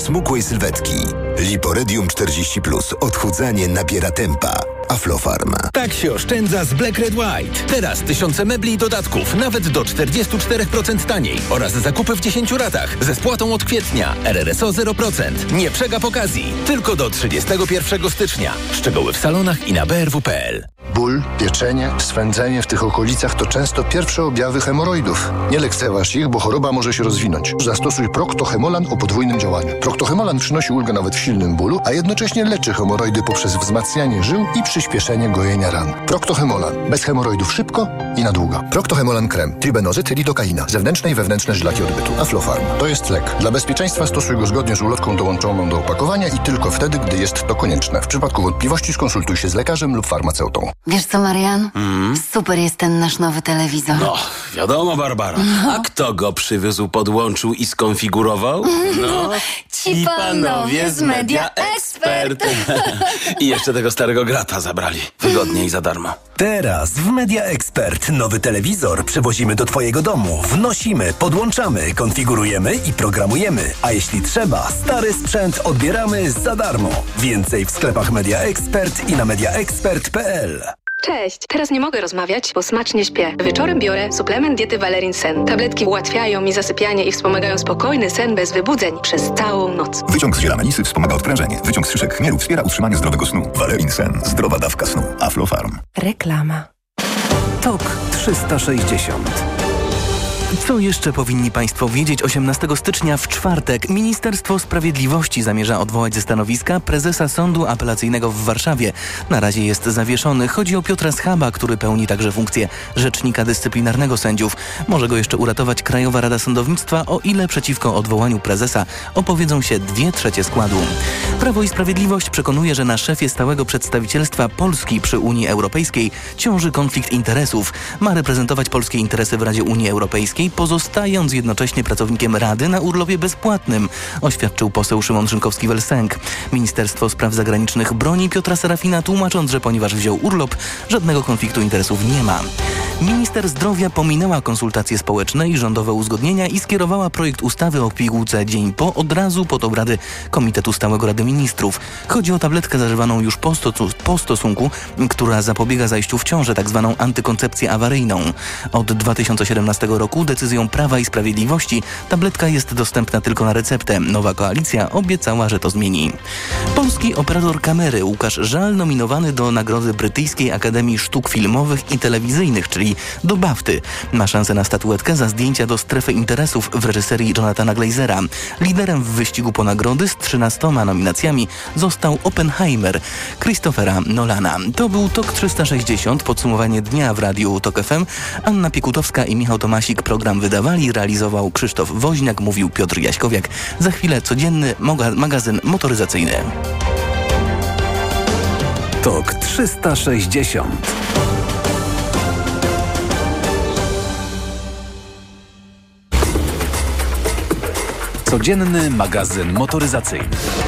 smukłej sylwetki. Liporedium 40+. Odchudzanie nabiera tempa. Aflofarm. Tak się oszczędza z Black Red White. Teraz tysiące mebli i dodatków, nawet do 44% taniej. Oraz zakupy w 10 ratach, ze spłatą od kwietnia. RRSO 0%. Nie przegap okazji. Tylko do 31 stycznia. Szczegóły w salonach i na brw.pl. Ból, pieczenie, swędzenie w tych okolicach to często pierwsze objawy hemoroidów. Nie lekceważ ich, bo choroba może się rozwinąć. Zastosuj Procto-Hemolan o podwójnym działaniu. Procto-Hemolan przynosi ulgę nawet w silnym bólu, a jednocześnie leczy hemoroidy poprzez wzmacnianie żył i przyspieszenie gojenia ran. Procto-Hemolan. Bez hemoroidów szybko i na długo. Procto-Hemolan krem. Tribenozyt, lidokaina. Zewnętrzne i wewnętrzne żylaki odbytu. Aflofarm. To jest lek. Dla bezpieczeństwa stosuj go zgodnie z ulotką dołączoną do opakowania i tylko wtedy, gdy jest to konieczne. W przypadku wątpliwości skonsultuj się z lekarzem lub farmaceutą. Wiesz co, Marian? Super jest ten nasz nowy telewizor. No, wiadomo, Barbara. A kto go przywiózł, podłączył i skonfigurował? No, ci panowie z Media Expert. I jeszcze tego starego grata zabrali. Wygodnie i za darmo. Teraz w Media Expert nowy telewizor przywozimy do Twojego domu. Wnosimy, podłączamy, konfigurujemy i programujemy. A jeśli trzeba, stary sprzęt odbieramy za darmo. Więcej w sklepach Media Expert i na mediaexpert.pl. Cześć, teraz nie mogę rozmawiać, bo smacznie śpię. Wieczorem biorę suplement diety Valerin Sen. Tabletki ułatwiają mi zasypianie i wspomagają spokojny sen bez wybudzeń przez całą noc. Wyciąg z ziela melisy wspomaga odprężenie. Wyciąg z szyszek chmielu wspiera utrzymanie zdrowego snu. Valerin Sen. Zdrowa dawka snu. Aflofarm. Reklama. TOK 360. Co jeszcze powinni Państwo wiedzieć? 18 stycznia w czwartek Ministerstwo Sprawiedliwości zamierza odwołać ze stanowiska prezesa Sądu Apelacyjnego w Warszawie. Na razie jest zawieszony. Chodzi o Piotra Schaba, który pełni także funkcję rzecznika dyscyplinarnego sędziów. Może go jeszcze uratować Krajowa Rada Sądownictwa, o ile przeciwko odwołaniu prezesa opowiedzą się 2/3 składu. Prawo i Sprawiedliwość przekonuje, że na szefie stałego przedstawicielstwa Polski przy Unii Europejskiej ciąży konflikt interesów. Ma reprezentować polskie interesy w Radzie Unii Europejskiej, pozostając jednocześnie pracownikiem Rady na urlopie bezpłatnym, oświadczył poseł Szymon Szynkowski-Welsenk. Ministerstwo Spraw Zagranicznych broni Piotra Serafina, tłumacząc, że ponieważ wziął urlop, żadnego konfliktu interesów nie ma. Minister zdrowia pominęła konsultacje społeczne i rządowe uzgodnienia i skierowała projekt ustawy o pigułce dzień od razu pod obrady Komitetu Stałego Rady Ministrów. Chodzi o tabletkę zażywaną już po stosunku, która zapobiega zajściu w ciążę, tzw. antykoncepcję awaryjną. Od 2017 roku decyzją Prawa i Sprawiedliwości tabletka jest dostępna tylko na receptę. Nowa koalicja obiecała, że to zmieni. Polski operator kamery Łukasz Żal nominowany do nagrody Brytyjskiej Akademii Sztuk Filmowych i Telewizyjnych, czyli do BAFTY. Ma szansę na statuetkę za zdjęcia do Strefy Interesów w reżyserii Jonathana Glazera. Liderem w wyścigu po nagrody z 13 nominacjami został Oppenheimer Christophera Nolana. To był TOK 360, podsumowanie dnia w Radiu TOK FM. Anna Piekutowska i Michał Tomasik program wydawali, realizował Krzysztof Woźniak, mówił Piotr Jaśkowiak. Za chwilę codzienny magazyn motoryzacyjny. TOK 360. Codzienny magazyn motoryzacyjny.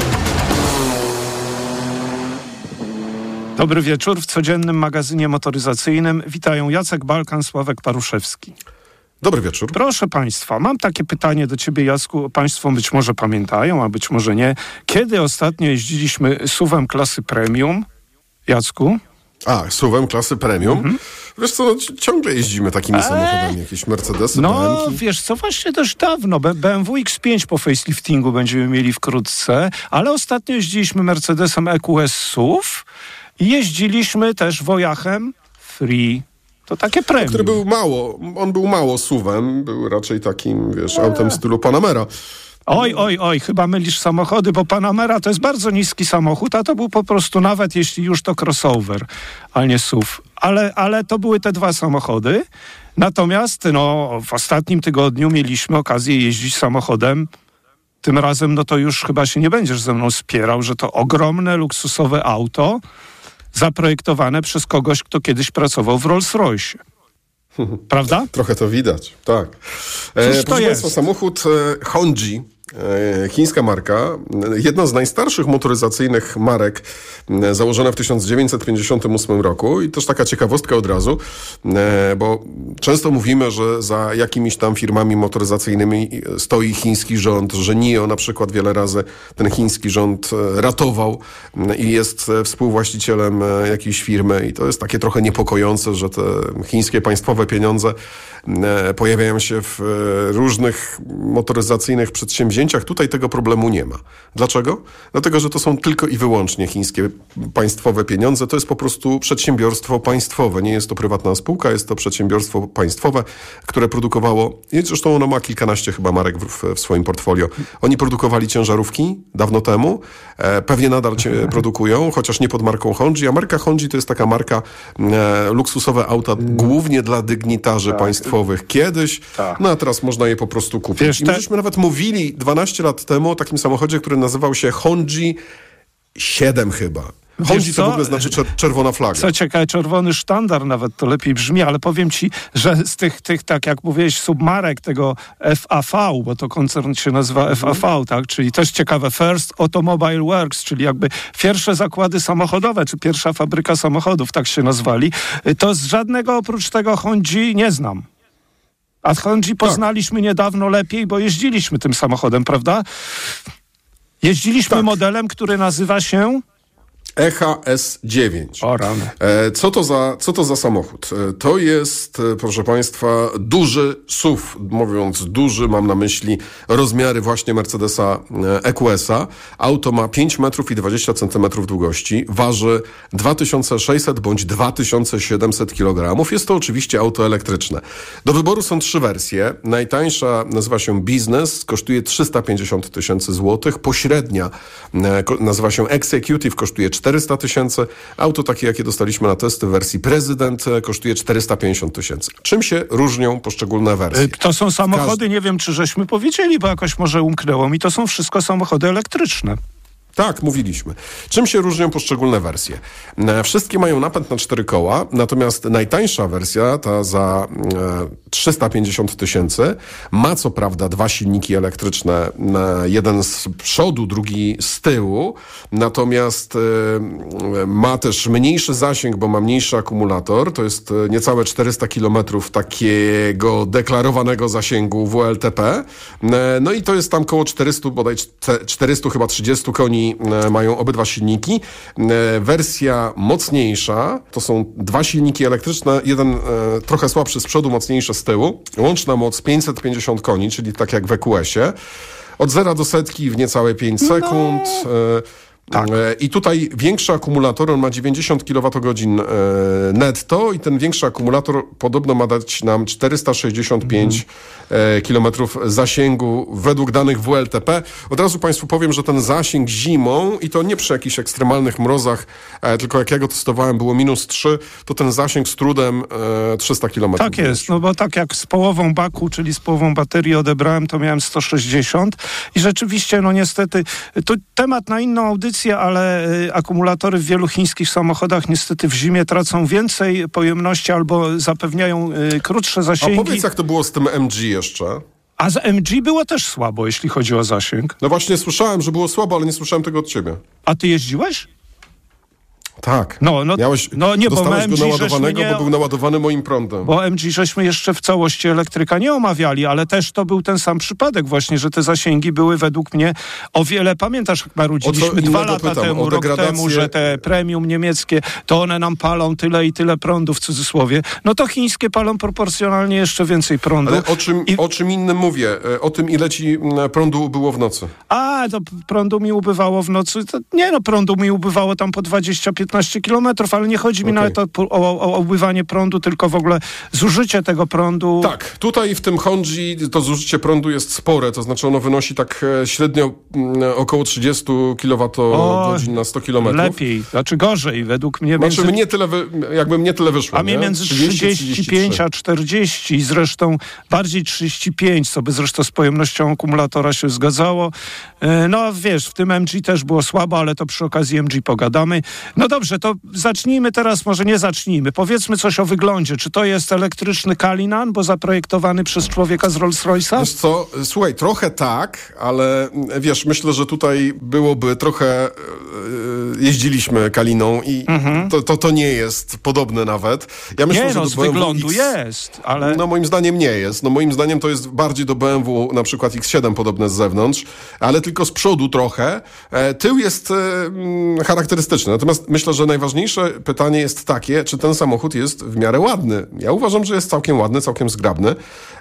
Dobry wieczór. W codziennym magazynie motoryzacyjnym witają Jacek Balkan, Sławek Paruszewski. Dobry wieczór. Proszę Państwa, mam takie pytanie do Ciebie, Jacku. Państwo być może pamiętają, a być może nie. Kiedy ostatnio jeździliśmy SUV-em klasy premium? Jacku? SUV-em klasy premium? Wiesz co, ciągle jeździmy takimi samochodami, jakieś Mercedesy, BMW-ki. Wiesz co, właśnie dość dawno. BMW X5 po faceliftingu będziemy mieli wkrótce, ale ostatnio jeździliśmy Mercedesem EQS SUV i jeździliśmy też Wojachem Free. To takie premium. Który był mało SUV-em, był raczej takim, autem w stylu Panamera. Oj, chyba mylisz samochody, bo Panamera to jest bardzo niski samochód, a to był po prostu, nawet jeśli już, to crossover, a nie SUV. Ale to były te dwa samochody. Natomiast w ostatnim tygodniu mieliśmy okazję jeździć samochodem. Tym razem to już chyba się nie będziesz ze mną spierał, że to ogromne, luksusowe auto zaprojektowane przez kogoś, kto kiedyś pracował w Rolls-Royce. Prawda? Trochę to widać, tak. Proszę Państwa, samochód Hondzi chińska marka, jedna z najstarszych motoryzacyjnych marek, założona w 1958 roku i też taka ciekawostka od razu, bo często mówimy, że za jakimiś tam firmami motoryzacyjnymi stoi chiński rząd, że NIO na przykład wiele razy ten chiński rząd ratował i jest współwłaścicielem jakiejś firmy i to jest takie trochę niepokojące, że te chińskie państwowe pieniądze pojawiają się w różnych motoryzacyjnych przedsięwzięciach. Tutaj tego problemu nie ma. Dlaczego? Dlatego, że to są tylko i wyłącznie chińskie państwowe pieniądze. To jest po prostu przedsiębiorstwo państwowe. Nie jest to prywatna spółka, jest to przedsiębiorstwo państwowe, które produkowało, i zresztą ono ma kilkanaście chyba marek w swoim portfolio. Oni produkowali ciężarówki dawno temu. Pewnie nadal produkują, chociaż nie pod marką Honji. A marka Honji to jest taka marka luksusowe auta głównie dla dygnitarzy państwowych kiedyś, no a teraz można je po prostu kupić. Wiesz, I my żeśmy nawet mówili 12 lat temu o takim samochodzie, który nazywał się Honji 7 chyba. Honji to w ogóle znaczy czerwona flaga. Co ciekawe, czerwony sztandar nawet to lepiej brzmi, ale powiem ci, że z tych tak jak mówiłeś, submarek tego FAV, bo to koncern się nazywa FAV, tak? Czyli też ciekawe, First Automobile Works, czyli jakby pierwsze zakłady samochodowe, czy pierwsza fabryka samochodów, tak się nazwali. To z żadnego oprócz tego Honji nie znam. A Honji poznaliśmy niedawno lepiej, bo jeździliśmy tym samochodem, prawda? Jeździliśmy modelem, który nazywa się... EHS-9. O rany. Co to za samochód? To jest, proszę Państwa, duży SUV. Mówiąc duży, mam na myśli rozmiary właśnie Mercedesa EQS-a. Auto ma 5 metrów i 20 centymetrów długości. Waży 2600 bądź 2700 kg. Jest to oczywiście auto elektryczne. Do wyboru są 3 wersje. Najtańsza nazywa się Business, kosztuje 350 tysięcy złotych. Pośrednia nazywa się Executive, kosztuje 400 tysięcy. Auto takie, jakie dostaliśmy na testy w wersji Prezydent, kosztuje 450 tysięcy. Czym się różnią poszczególne wersje? To są samochody, nie wiem, czy żeśmy powiedzieli, bo jakoś może umknęło mi, to są wszystko samochody elektryczne. Tak, mówiliśmy. Czym się różnią poszczególne wersje? Wszystkie mają napęd na 4 koła, natomiast najtańsza wersja, ta za 350 tysięcy, ma co prawda 2 silniki elektryczne, jeden z przodu, drugi z tyłu, natomiast ma też mniejszy zasięg, bo ma mniejszy akumulator, to jest niecałe 400 km takiego deklarowanego zasięgu WLTP, no i to jest tam koło 400, bodaj 400 chyba 30 koni mają obydwa silniki. Wersja mocniejsza to są 2 silniki elektryczne, jeden trochę słabszy z przodu, mocniejszy z tyłu. Łączna moc 550 koni, czyli tak jak w EQS-ie. Od 0 do setki w niecałe 5 sekund. Tak. I tutaj większy akumulator, on ma 90 kWh netto i ten większy akumulator podobno ma dać nam 465 km zasięgu według danych WLTP. Od razu Państwu powiem, że ten zasięg zimą i to nie przy jakichś ekstremalnych mrozach, tylko jak ja go testowałem było -3, to ten zasięg z trudem 300 km. Tak jest, no bo tak jak z połową baku, czyli z połową baterii odebrałem, to miałem 160 i rzeczywiście, no niestety, to temat na inną audycję, ale akumulatory w wielu chińskich samochodach niestety w zimie tracą więcej pojemności albo zapewniają krótsze zasięgi. A powiedz, jak to było z tym MG jeszcze? A z MG było też słabo, jeśli chodzi o zasięg. No właśnie słyszałem, że było słabo, ale nie słyszałem tego od ciebie. A ty jeździłeś? Tak. Dostałeś go naładowanego, bo był naładowany moim prądem. Bo MG żeśmy jeszcze w całości elektryka nie omawiali, ale też to był ten sam przypadek właśnie, że te zasięgi były według mnie o wiele, pamiętasz, jak marudziliśmy 2 lata temu, rok temu, że te premium niemieckie, to one nam palą tyle i tyle prądu w cudzysłowie. No to chińskie palą proporcjonalnie jeszcze więcej prądu. Ale o czym innym mówię? O tym, ile ci prądu ubyło w nocy? A, to prądu mi ubywało w nocy. Prądu mi ubywało tam po 20-15 kilometrów, ale nie chodzi mi nawet o ubywanie prądu, tylko w ogóle zużycie tego prądu. Tak, tutaj w tym Honji to zużycie prądu jest spore, to znaczy ono wynosi tak średnio około 30 kWh na 100 km. Lepiej, znaczy gorzej, według mnie. Znaczy mnie tyle wyszło. A mnie między 35 a 40, zresztą bardziej 35, co by zresztą z pojemnością akumulatora się zgadzało. No wiesz, w tym MG też było słabo, ale to przy okazji MG pogadamy. No dobrze, to zacznijmy teraz, może nie zacznijmy. Powiedzmy coś o wyglądzie. Czy to jest elektryczny Cullinan, bo zaprojektowany przez człowieka z Rolls-Royce'a? Wiesz co, słuchaj, trochę tak, ale wiesz, myślę, że tutaj byłoby trochę... jeździliśmy Culliną i to nie jest podobne nawet. Ja myślę, nie, że no, z wyglądu jest, ale... No moim zdaniem nie jest. No moim zdaniem to jest bardziej do BMW, na przykład X7 podobne z zewnątrz, ale tylko z przodu trochę. Tył jest charakterystyczny. Natomiast myślę, że najważniejsze pytanie jest takie, czy ten samochód jest w miarę ładny. Ja uważam, że jest całkiem ładny, całkiem zgrabny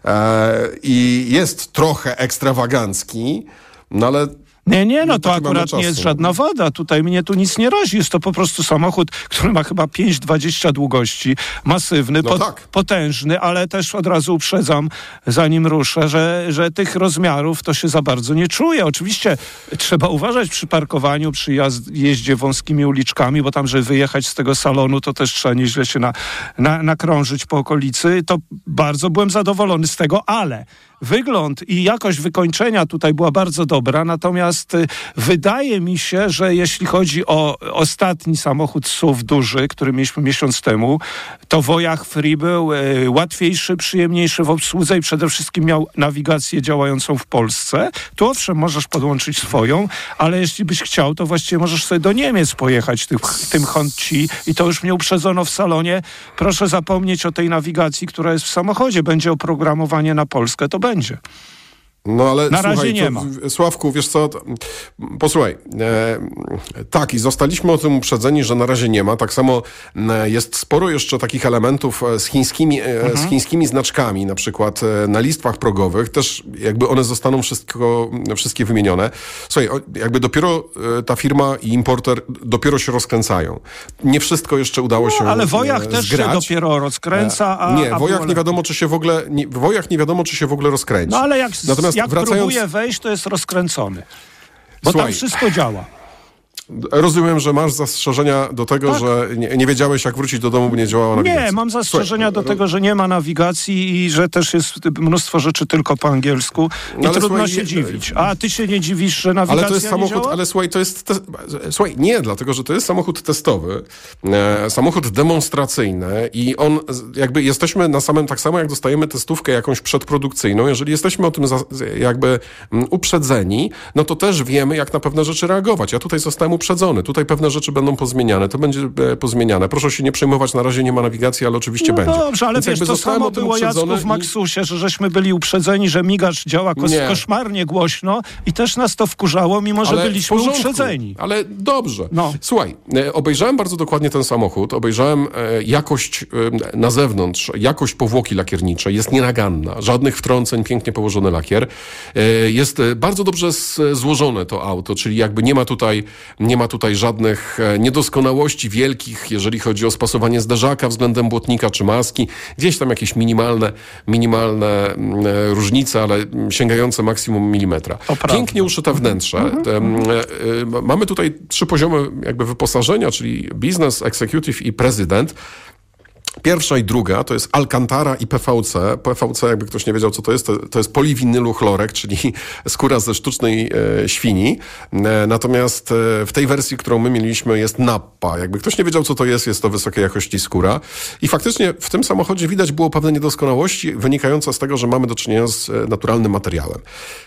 i jest trochę ekstrawagancki, no ale... Nie, no to akurat nie jest żadna wada. Tutaj mnie tu nic nie razi. Jest to po prostu samochód, który ma chyba 5,20 długości, masywny, potężny, ale też od razu uprzedzam, zanim ruszę, że tych rozmiarów to się za bardzo nie czuje. Oczywiście trzeba uważać przy parkowaniu, przy jeździe wąskimi uliczkami, bo tam, żeby wyjechać z tego salonu, to też trzeba nieźle się nakrążyć po okolicy. To bardzo byłem zadowolony z tego, ale wygląd i jakość wykończenia tutaj była bardzo dobra, natomiast wydaje mi się, że jeśli chodzi o ostatni samochód SUV duży, który mieliśmy miesiąc temu, to Wojach Free był łatwiejszy, przyjemniejszy w obsłudze i przede wszystkim miał nawigację działającą w Polsce. Tu owszem, możesz podłączyć swoją, ale jeśli byś chciał, to właściwie możesz sobie do Niemiec pojechać tym Hondci i to już mnie uprzedzono w salonie. Proszę zapomnieć o tej nawigacji, która jest w samochodzie. Będzie oprogramowanie na Polskę, to będzie. No ale na razie słuchaj, nie ma. Sławku, wiesz co, posłuchaj, tak i zostaliśmy o tym uprzedzeni, że na razie nie ma. Tak samo jest sporo jeszcze takich elementów z chińskimi znaczkami, na przykład na listwach progowych, też jakby one zostaną wszystkie wymienione. Słuchaj, jakby dopiero ta firma i importer dopiero się rozkręcają. Nie wszystko jeszcze udało się ale Wojach też się dopiero rozkręca, Wojach nie wiadomo, czy się w ogóle Wojach nie wiadomo, czy się w ogóle rozkręci. No ale jak próbuje wejść, to jest rozkręcony. Bo tam wszystko działa. Rozumiem, że masz zastrzeżenia do tego, tak? Że nie wiedziałeś, jak wrócić do domu, bo nie działała nawigacja. Nie, mam zastrzeżenia do tego, że nie ma nawigacji i że też jest mnóstwo rzeczy tylko po angielsku i trudno się dziwić. A ty się nie dziwisz, że nawigacja ale to jest samochód, nie działa? Ale słuchaj, to jest... Słuchaj, nie, dlatego, że to jest samochód testowy, samochód demonstracyjny i on jakby jesteśmy na samym, tak samo jak dostajemy testówkę jakąś przedprodukcyjną, jeżeli jesteśmy o tym jakby uprzedzeni, no to też wiemy, jak na pewne rzeczy reagować. Ja tutaj zostałem uprzedzony. Tutaj pewne rzeczy będą pozmieniane. To będzie pozmieniane. Proszę się nie przejmować, na razie nie ma nawigacji, ale oczywiście będzie. Dobrze, ale wiesz, to samo było, Jacku, w Maxusie, że żeśmy byli uprzedzeni, że migacz działa koszmarnie głośno i też nas to wkurzało, mimo że byliśmy uprzedzeni. Ale dobrze. No. Słuchaj, obejrzałem bardzo dokładnie ten samochód, obejrzałem jakość na zewnątrz, jakość powłoki lakierniczej jest nienaganna. Żadnych wtrąceń, pięknie położony lakier. Jest bardzo dobrze złożone to auto, czyli jakby nie ma tutaj żadnych niedoskonałości wielkich, jeżeli chodzi o spasowanie zderzaka względem błotnika czy maski. Gdzieś tam jakieś minimalne różnice, ale sięgające maksimum milimetra. Pięknie uszyte wnętrze. Mamy tutaj 3 poziomy jakby wyposażenia, czyli biznes, executive i prezydent. Pierwsza i druga to jest Alcantara i PVC. PVC, jakby ktoś nie wiedział, co to jest poliwinylu chlorek, czyli skóra ze sztucznej świni. Natomiast w tej wersji, którą my mieliśmy, jest nappa. Jakby ktoś nie wiedział, co to jest to wysokiej jakości skóra. I faktycznie w tym samochodzie widać było pewne niedoskonałości wynikające z tego, że mamy do czynienia z naturalnym materiałem.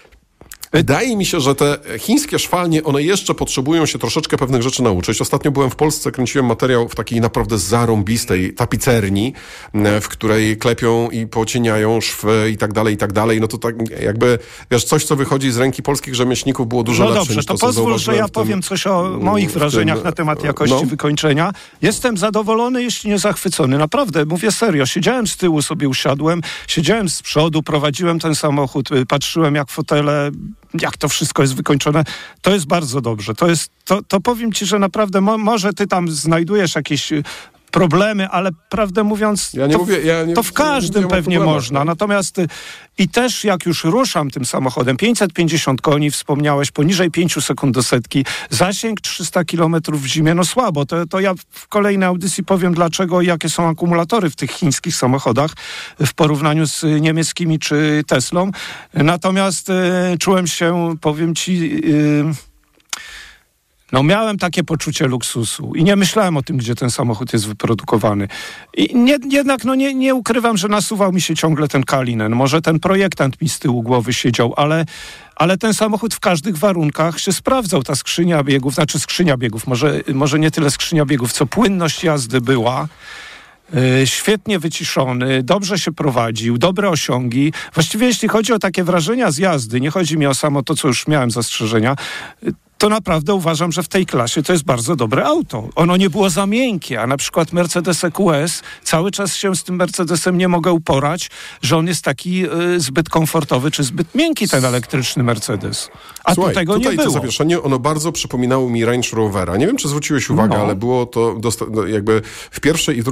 Wydaje mi się, że te chińskie szwalnie, one jeszcze potrzebują się troszeczkę pewnych rzeczy nauczyć. Ostatnio byłem w Polsce, kręciłem materiał w takiej naprawdę zarąbistej tapicerni, w której klepią i pocieniają szwy i tak dalej. No to tak jakby, wiesz, coś, co wychodzi z ręki polskich rzemieślników było dużo lepsze. No dobrze, to pozwól, że ja powiem coś o moich wrażeniach na temat jakości wykończenia. Jestem zadowolony, jeśli nie zachwycony. Naprawdę, mówię serio. Siedziałem z tyłu, sobie usiadłem, siedziałem z przodu, prowadziłem ten samochód, patrzyłem jak fotele, jak to wszystko jest wykończone. To jest bardzo dobrze. To powiem ci, że naprawdę może ty tam znajdujesz jakieś problemy, ale prawdę mówiąc, to w każdym pewnie można. Natomiast i też jak już ruszam tym samochodem, 550 koni, wspomniałeś, poniżej 5 sekund do setki, zasięg 300 km w zimie, no słabo. To ja w kolejnej audycji powiem dlaczego i jakie są akumulatory w tych chińskich samochodach w porównaniu z niemieckimi czy Teslą. Natomiast czułem się, powiem ci... miałem takie poczucie luksusu i nie myślałem o tym, gdzie ten samochód jest wyprodukowany. I jednak nie ukrywam, że nasuwał mi się ciągle ten Kalinen. Może ten projektant mi z tyłu głowy siedział, ale ten samochód w każdych warunkach się sprawdzał. Ta skrzynia biegów, może nie tyle skrzynia biegów, co płynność jazdy była. Świetnie wyciszony, dobrze się prowadził, dobre osiągi. Właściwie jeśli chodzi o takie wrażenia z jazdy, nie chodzi mi o samo to, co już miałem zastrzeżenia, to naprawdę uważam, że w tej klasie to jest bardzo dobre auto. Ono nie było za miękkie, a na przykład Mercedes EQS, cały czas się z tym Mercedesem nie mogę uporać, że on jest taki zbyt komfortowy, czy zbyt miękki ten elektryczny Mercedes. A Słuchaj, tego nie było. Tutaj to zawieszenie, ono bardzo przypominało mi Range Rovera. Nie wiem, czy zwróciłeś uwagę, ale było to jakby w pierwszej i